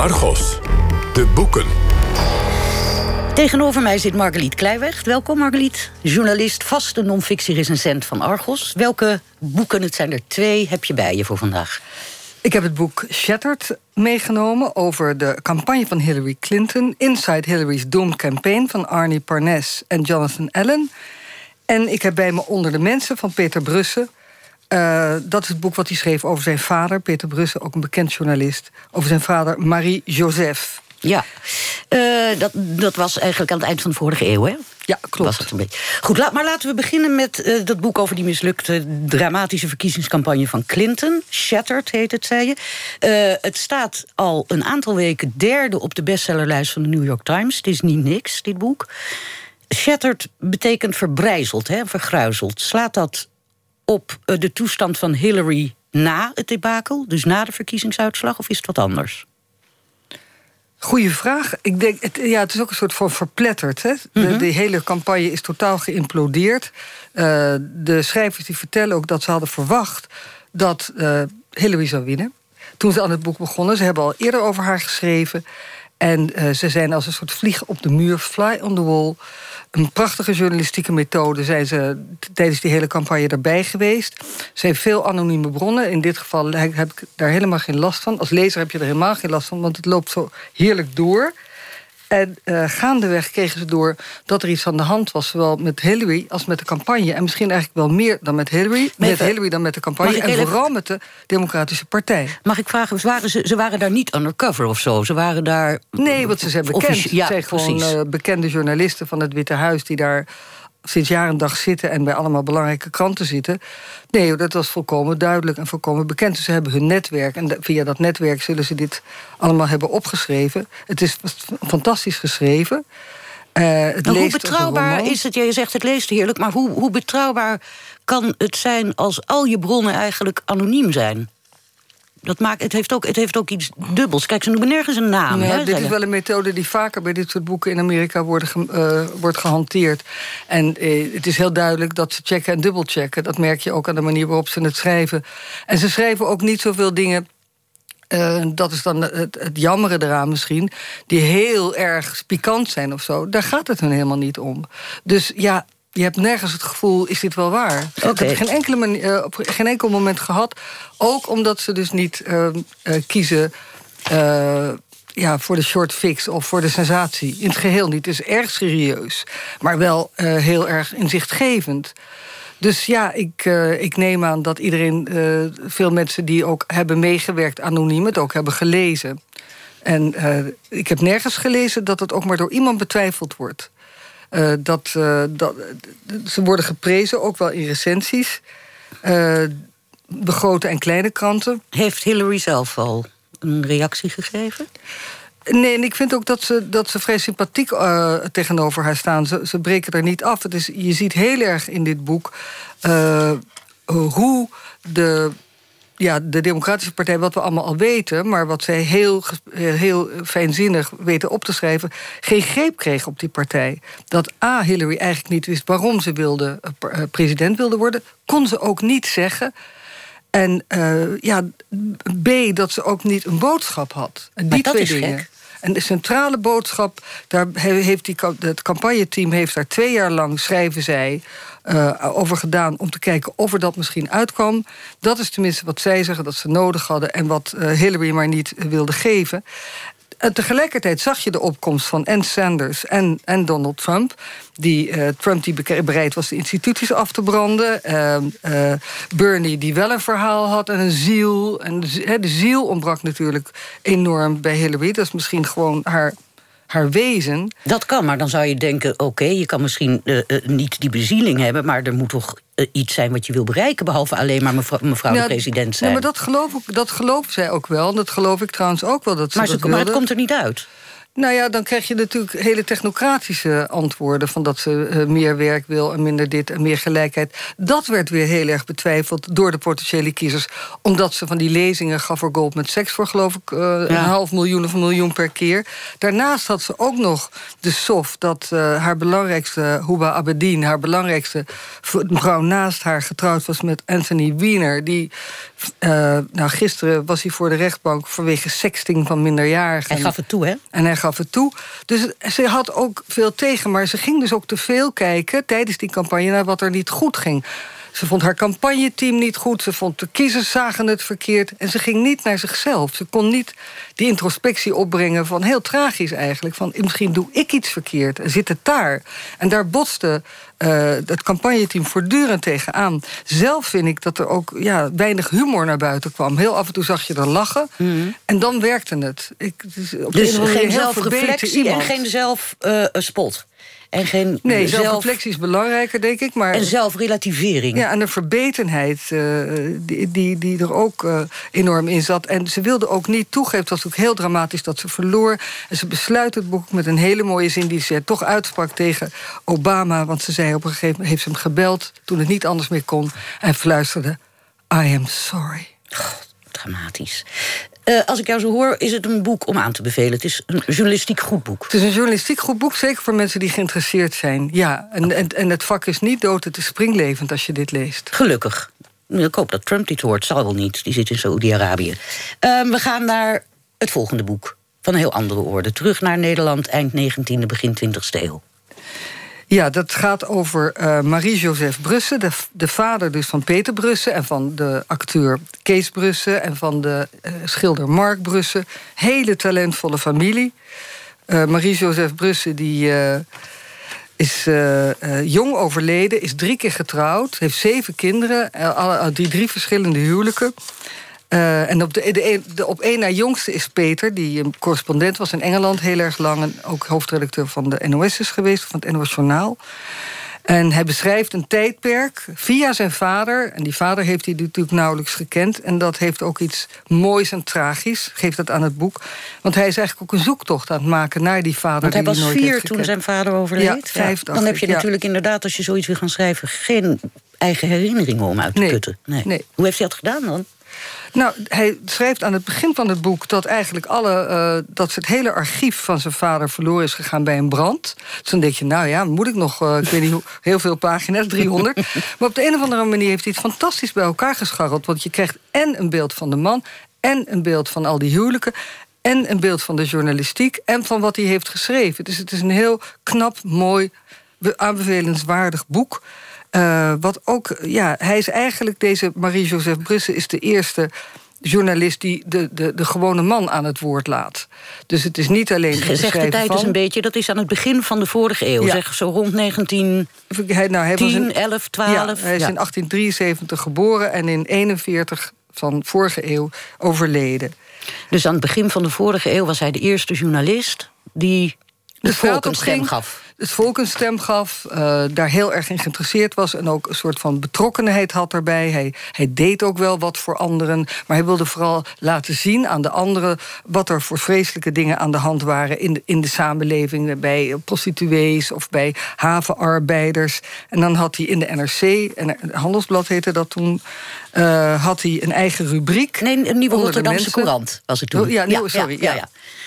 Argos, de boeken. Tegenover mij zit Marguerite Kleiweg. Welkom Marguerite, journalist, vaste non-fictie-recensent van Argos. Welke boeken, het zijn er 2, heb je bij je voor vandaag? Ik heb het boek Shattered meegenomen over de campagne van Hillary Clinton, Inside Hillary's Doomed Campaign van Arnie Parnes en Jonathan Allen. En ik heb bij me Onder de Mensen van Peter Brussen. Dat is het boek wat hij schreef over zijn vader. Peter Brussen, ook een bekend journalist. Over zijn vader Marie-Joseph. Ja, dat was eigenlijk aan het eind van de vorige eeuw, hè? Ja, klopt. Was het een beetje. Goed, maar laten we beginnen met dat boek over die mislukte dramatische verkiezingscampagne van Clinton. Shattered heet het, zei je. Het staat al een aantal weken 3e op de bestsellerlijst van de New York Times. Het is niet niks, dit boek. Shattered betekent verbrijzeld, hè, vergruizeld. Slaat dat op de toestand van Hillary na het debakel, dus na de verkiezingsuitslag, of is het wat anders? Goeie vraag. Ik denk, het is ook een soort van verpletterd. Hè? De hele campagne is totaal geïmplodeerd. De schrijvers die vertellen ook dat ze hadden verwacht dat Hillary zou winnen. Toen ze aan het boek begonnen, ze hebben al eerder over haar geschreven. En ze zijn als een soort vlieg op de muur, fly on the wall. Een prachtige journalistieke methode zijn ze tijdens die hele campagne erbij geweest. Ze heeft veel anonieme bronnen. In dit geval heb ik daar helemaal geen last van. Als lezer heb je er helemaal geen last van, want het loopt zo heerlijk door. En gaandeweg kregen ze door dat er iets aan de hand was, zowel met Hillary als met de campagne. En misschien eigenlijk wel meer dan met Hillary. Met Hillary dan met de campagne. En vooral met de Democratische Partij. Mag ik vragen, ze waren daar niet undercover of zo? Ze waren daar... Nee, want ze zijn bekend. Ja, ze zijn gewoon bekende journalisten van het Witte Huis die daar sinds jaar en dag zitten en bij allemaal belangrijke kranten zitten. Nee, dat was volkomen duidelijk en volkomen bekend. Dus ze hebben hun netwerk en via dat netwerk zullen ze dit allemaal hebben opgeschreven. Het is fantastisch geschreven. Hoe betrouwbaar is het? Je zegt het leest heerlijk, maar hoe betrouwbaar kan het zijn als al je bronnen eigenlijk anoniem zijn? Het heeft ook iets dubbels. Kijk, ze noemen nergens een naam. Ja, dit is wel een methode die vaker bij dit soort boeken in Amerika wordt gehanteerd. En het is heel duidelijk dat ze checken en dubbelchecken. Dat merk je ook aan de manier waarop ze het schrijven. En ze schrijven ook niet zoveel dingen. Dat is dan het jammere eraan misschien, die heel erg pikant zijn of zo. Daar gaat het hun helemaal niet om. Dus ja, je hebt nergens het gevoel, is dit wel waar? Dat heb ik op geen enkel moment gehad. Ook omdat ze dus niet kiezen voor de short fix of voor de sensatie. In het geheel niet. Het is erg serieus. Maar wel heel erg inzichtgevend. Dus ja, ik neem aan dat iedereen, veel mensen die ook hebben meegewerkt anoniem, het ook hebben gelezen. En ik heb nergens gelezen dat het ook maar door iemand betwijfeld wordt. Ze worden geprezen, ook wel in recensies. De grote en kleine kranten. Heeft Hillary zelf al een reactie gegeven? Nee, en ik vind ook dat ze vrij sympathiek tegenover haar staan. Ze breken er niet af. Je ziet heel erg in dit boek hoe de Democratische Partij, wat we allemaal al weten, maar wat zij heel fijnzinnig weten op te schrijven, geen greep kreeg op die partij. Dat Hillary eigenlijk niet wist waarom ze president wilde worden, kon ze ook niet zeggen. En B, dat ze ook niet een boodschap had. En die twee dingen. Gek. En de centrale boodschap, daar heeft het campagneteam heeft daar 2 jaar lang, schrijven zij, over gedaan om te kijken of er dat misschien uitkwam. Dat is tenminste wat zij zeggen dat ze nodig hadden en wat Hillary maar niet wilde geven. Tegelijkertijd zag je de opkomst van Ann Sanders en Donald Trump. Trump die bereid was de instituties af te branden. Bernie die wel een verhaal had en een ziel. En de ziel ontbrak natuurlijk enorm bij Hillary. Dat is misschien gewoon haar wezen. Dat kan, maar dan zou je denken, oké, je kan misschien niet die bezieling hebben, maar er moet toch iets zijn wat je wil bereiken, behalve alleen maar mevrouw de president zijn. Ja, maar dat geloven zij ook wel. Dat geloof ik trouwens ook wel. Maar het komt er niet uit. Nou ja, dan krijg je natuurlijk hele technocratische antwoorden... van dat ze meer werk wil en minder dit en meer gelijkheid. Dat werd weer heel erg betwijfeld door de potentiële kiezers... omdat ze van die lezingen gaf voor Goldman Sachs... voor geloof ik 500.000 of 1 miljoen per keer. Daarnaast had ze ook nog de sof dat haar belangrijkste... Houba Abedin, haar belangrijkste vrouw naast haar... getrouwd was met Anthony Weiner. Die, gisteren was hij voor de rechtbank... vanwege sexting van minderjarigen. Hij gaf het toe, hè? En hij gaf het toe. Dus ze had ook veel tegen. Maar ze ging dus ook te veel kijken tijdens die campagne... naar wat er niet goed ging. Ze vond haar campagneteam niet goed. Ze vond de kiezers zagen het verkeerd. En ze ging niet naar zichzelf. Ze kon niet die introspectie opbrengen van... heel tragisch eigenlijk, van misschien doe ik iets verkeerd. En zit het daar? En daar botste het campagneteam voortdurend tegenaan. Zelf vind ik dat er ook weinig humor naar buiten kwam. Heel af en toe zag je er lachen. En dan werkte het. Dus geen zelfreflectie en geen zelfspot. En geen zelfreflectie is belangrijker, denk ik. Maar en zelfrelativering. Ja, en een verbetenheid die er ook enorm in zat. En ze wilde ook niet toegeven, het was ook heel dramatisch dat ze verloor. En ze besluit het boek met een hele mooie zin... die ze toch uitsprak tegen Obama. Want ze zei op een gegeven moment, heeft ze hem gebeld... toen het niet anders meer kon. En fluisterde, I am sorry. Dramatisch. Als ik jou zo hoor, is het een boek om aan te bevelen. Het is een journalistiek goed boek. Het is een journalistiek goed boek, zeker voor mensen die geïnteresseerd zijn. Ja, en het vak is niet dood, het is springlevend als je dit leest. Gelukkig. Ik hoop dat Trump dit hoort, zal wel niet. Die zit in Saoedi-Arabië. We gaan naar het volgende boek. Van een heel andere orde. Terug naar Nederland, eind 19e, begin 20e eeuw. Ja, dat gaat over Marie-Joseph Brussen, de vader dus van Peter Brussen... en van de acteur Kees Brussen en van de schilder Mark Brussen. Hele talentvolle familie. Marie-Joseph Brussen die is jong overleden, is 3 keer getrouwd... heeft 7 kinderen, 3 verschillende huwelijken... En op één na jongste is Peter, die een correspondent was in Engeland... heel erg lang en ook hoofdredacteur van de NOS is geweest... van het NOS Journaal. En hij beschrijft een tijdperk via zijn vader... en die vader heeft hij natuurlijk nauwelijks gekend... en dat heeft ook iets moois en tragisch, geeft dat aan het boek. Want hij is eigenlijk ook een zoektocht aan het maken naar die vader... Want hij die was nooit 4 toen zijn vader overleed? Ja, 5 Dan heb je natuurlijk inderdaad, als je zoiets wil gaan schrijven... geen eigen herinneringen om uit te putten. Nee. Hoe heeft hij dat gedaan dan? Nou, hij schrijft aan het begin van het boek... dat eigenlijk dat het hele archief van zijn vader verloren is gegaan bij een brand. Dus dan denk je, moet ik nog, ik weet niet hoe, heel veel pagina's, 300. Maar op de een of andere manier heeft hij het fantastisch bij elkaar gescharreld. Want je krijgt en een beeld van de man... en een beeld van al die huwelijken... en een beeld van de journalistiek... en van wat hij heeft geschreven. Dus het is een heel knap, mooi, aanbevelenswaardig boek... wat ook, hij is eigenlijk, deze Marie-Joseph Brussen... is de eerste journalist die de gewone man aan het woord laat. Dus het is niet alleen het zeg de tijd is een beetje, dat is aan het begin van de vorige eeuw. Zeg zo rond 1910, 11, 12. Ja, hij is in 1873 geboren en in 41 van vorige eeuw overleden. Dus aan het begin van de vorige eeuw was hij de eerste journalist... die de volk een stem gaf. Het volk een stem gaf, daar heel erg in geïnteresseerd was... en ook een soort van betrokkenheid had daarbij. Hij deed ook wel wat voor anderen... maar hij wilde vooral laten zien aan de anderen... wat er voor vreselijke dingen aan de hand waren... in de samenleving, bij prostituees of bij havenarbeiders. En dan had hij in de NRC, en Handelsblad heette dat toen... had hij een eigen rubriek. Nee, een Nieuwe Rotterdamse Courant was het toen. Ja.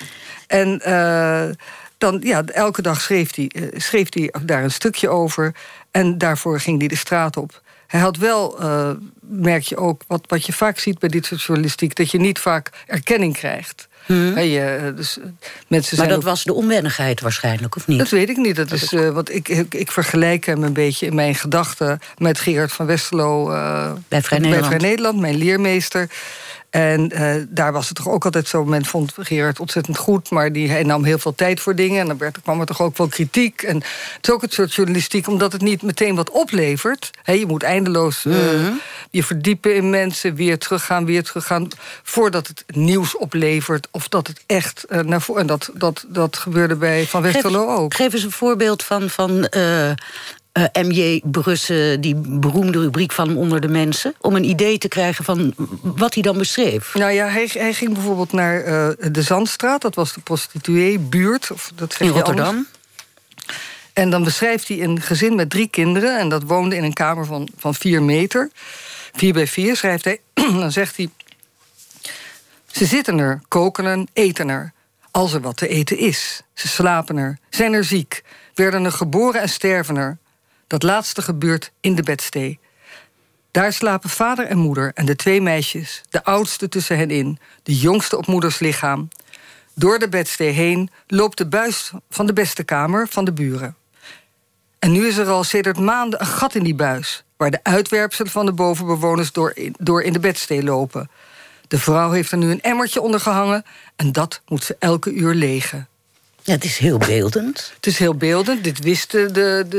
En... dan, elke dag schreef hij daar een stukje over. En daarvoor ging hij de straat op. Hij had wel, merk je ook, wat je vaak ziet bij dit soort journalistiek... dat je niet vaak erkenning krijgt. Dus mensen maar dat was de onwennigheid waarschijnlijk, of niet? Dat weet ik niet. Dat is, want ik vergelijk hem een beetje in mijn gedachten... met Gerard van Westerlo bij Vrij Nederland, mijn leermeester... En daar was het toch ook altijd zo. Men vond Gerard ontzettend goed, maar hij nam heel veel tijd voor dingen. En dan kwam er toch ook wel kritiek. En het is ook het soort journalistiek, omdat het niet meteen wat oplevert. Je moet eindeloos je verdiepen in mensen, weer teruggaan... voordat het nieuws oplevert of dat het echt naar voren... En dat gebeurde bij Van Westerlo ook. Geef eens een voorbeeld van M.J. Brusse, die beroemde rubriek van hem onder de mensen, om een idee te krijgen van wat hij dan beschreef? Nou ja, hij ging bijvoorbeeld naar de Zandstraat. Dat was de prostituee-buurt. In Rotterdam. En dan beschrijft hij een gezin met 3 kinderen. En dat woonde in een kamer van 4 meter. 4 bij 4, schrijft hij. Dan zegt hij: ze zitten er, koken er, eten er. Als er wat te eten is. Ze slapen er, zijn er ziek. Werden er geboren en sterven er. Dat laatste gebeurt in de bedstee. Daar slapen vader en moeder en de 2 meisjes. De oudste tussen hen in. De jongste op moeders lichaam. Door de bedstee heen loopt de buis van de beste kamer van de buren. En nu is er al sedert maanden een gat in die buis, waar de uitwerpselen van de bovenbewoners door in de bedstee lopen. De vrouw heeft er nu een emmertje onder gehangen en dat moet ze elke uur legen. Ja, het is heel beeldend. Het is heel beeldend. Dit wisten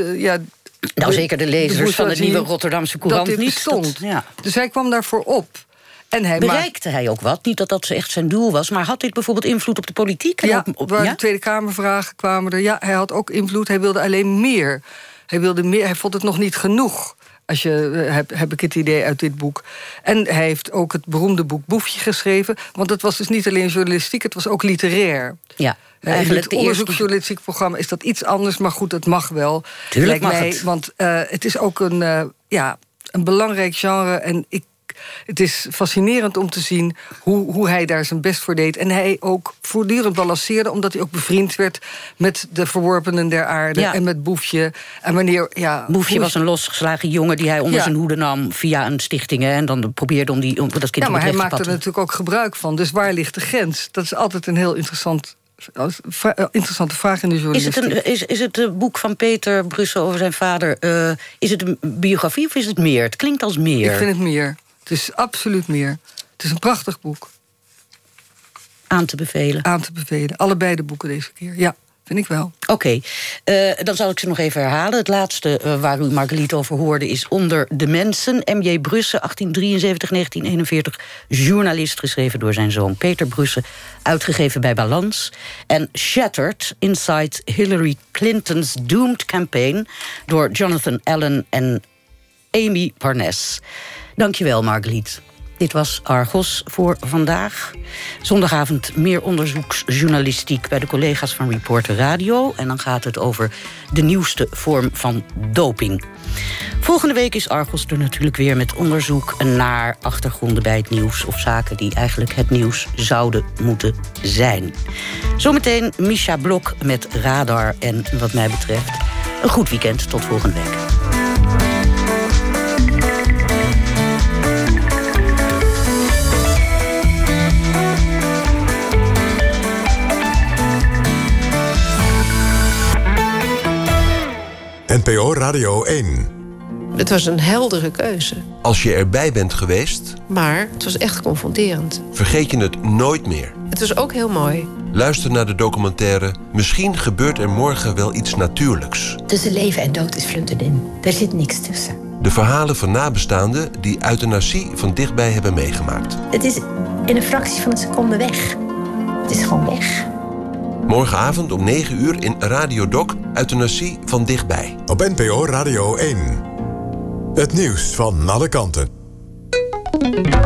zeker de lezers van het nieuwe Rotterdamse Courant dat dit niet. bestond. Dus hij kwam daarvoor op. En bereikte hij ook wat? Niet dat echt zijn doel was, maar had dit bijvoorbeeld invloed op de politiek? Ja, de Tweede Kamervragen kwamen er. Ja, hij had ook invloed. Hij wilde alleen meer. Hij vond het nog niet genoeg. Heb ik het idee uit dit boek. En hij heeft ook het beroemde boek Boefje geschreven. Want het was dus niet alleen journalistiek, het was ook literair. Ja, eigenlijk het onderzoeksjournalistiek programma is dat iets anders, maar goed, het mag wel. Tuurlijk mag het. Want het is ook een belangrijk genre en het is fascinerend om te zien hoe hij daar zijn best voor deed. En hij ook voortdurend balanceerde, omdat hij ook bevriend werd met de verworpenen der aarde en met Boefje. En Boefje was een losgeslagen jongen die hij onder zijn hoede nam via een stichting. En dan probeerde om dat kind op het maar hij rechte maakte pad er natuurlijk ook gebruik van. Dus waar ligt de grens? Dat is altijd een heel interessante vraag in de journalistiek. Is het boek van Peter Brusse over zijn vader, is het een biografie of is het meer? Het klinkt als meer. Ik vind het meer. Het is absoluut meer. Het is een prachtig boek. Aan te bevelen. Aan te bevelen. Allebei de boeken deze keer. Ja, vind ik wel. Oké. Dan zal ik ze nog even herhalen. Het laatste waar u Marguerite over hoorde is Onder de Mensen. M.J. Brusse, 1873-1941. Journalist, geschreven door zijn zoon Peter Brusse. Uitgegeven bij Balans. En Shattered, Inside Hillary Clinton's Doomed Campaign. Door Jonathan Allen en Amy Parnes. Dankjewel, Marguerite. Dit was Argos voor vandaag. Zondagavond meer onderzoeksjournalistiek bij de collega's van Reporter Radio. En dan gaat het over de nieuwste vorm van doping. Volgende week is Argos er natuurlijk weer met onderzoek naar achtergronden bij het nieuws of zaken die eigenlijk het nieuws zouden moeten zijn. Zometeen Misha Blok met Radar en wat mij betreft een goed weekend. Tot volgende week. NPO Radio 1. Het was een heldere keuze. Als je erbij bent geweest, Maar het was echt confronterend. vergeet je het nooit meer. Het was ook heel mooi. Luister naar de documentaire Misschien gebeurt er morgen wel iets natuurlijks. Tussen leven en dood is flunterin. Daar zit niks tussen. De verhalen van nabestaanden die euthanasie van dichtbij hebben meegemaakt. Het is in een fractie van een seconde weg. Het is gewoon weg. Morgenavond om 9 uur in Radio Doc, euthanasie van dichtbij. Op NPO Radio 1. Het nieuws van alle kanten.